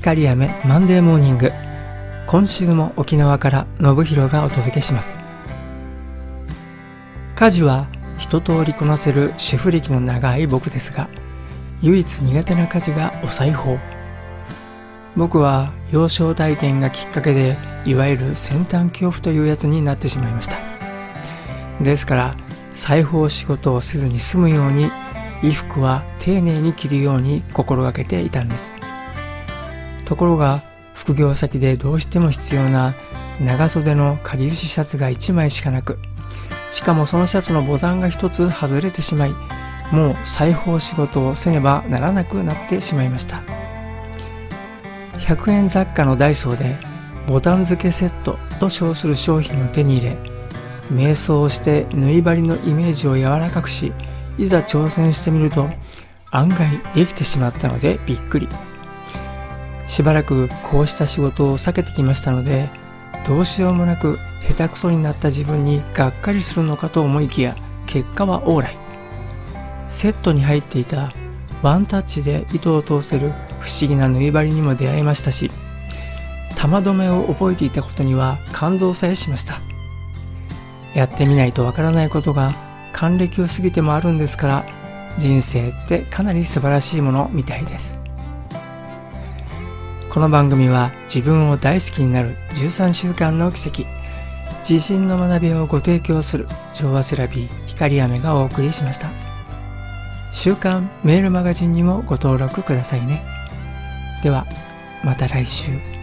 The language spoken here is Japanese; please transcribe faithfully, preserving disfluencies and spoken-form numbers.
光雨マンデーモーニング。今週も沖縄から信弘がお届けします。家事は一通りこなせる主婦歴の長い僕ですが、唯一苦手な家事がお裁縫。僕は幼少体験がきっかけで、いわゆる先端恐怖というやつになってしまいました。ですから裁縫仕事をせずに済むように、衣服は丁寧に着るように心がけていたんです。ところが副業先でどうしても必要な長袖のかりゆしシャツがいちまいしかなく、しかもそのシャツのボタンが一つ外れてしまい、もう裁縫仕事をせねばならなくなってしまいました。ひゃくえん雑貨のダイソーでボタン付けセットと称する商品を手に入れ、瞑想をして縫い針のイメージを柔らかくし、いざ挑戦してみると案外できてしまったのでびっくり。しばらくこうした仕事を避けてきましたので、どうしようもなく下手くそになった自分にがっかりするのかと思いきや、結果はオーライ。セットに入っていたワンタッチで糸を通せる不思議な縫い針にも出会いましたし、玉留めを覚えていたことには感動さえしました。やってみないとわからないことが還暦を過ぎてもあるんですから、人生ってかなり素晴らしいものみたいです。この番組は自分を大好きになるじゅうさんしゅうかんの奇跡、自信の学びをご提供する調和セラピー光雨がお送りしました。週刊メールマガジンにもご登録くださいね。ではまた来週。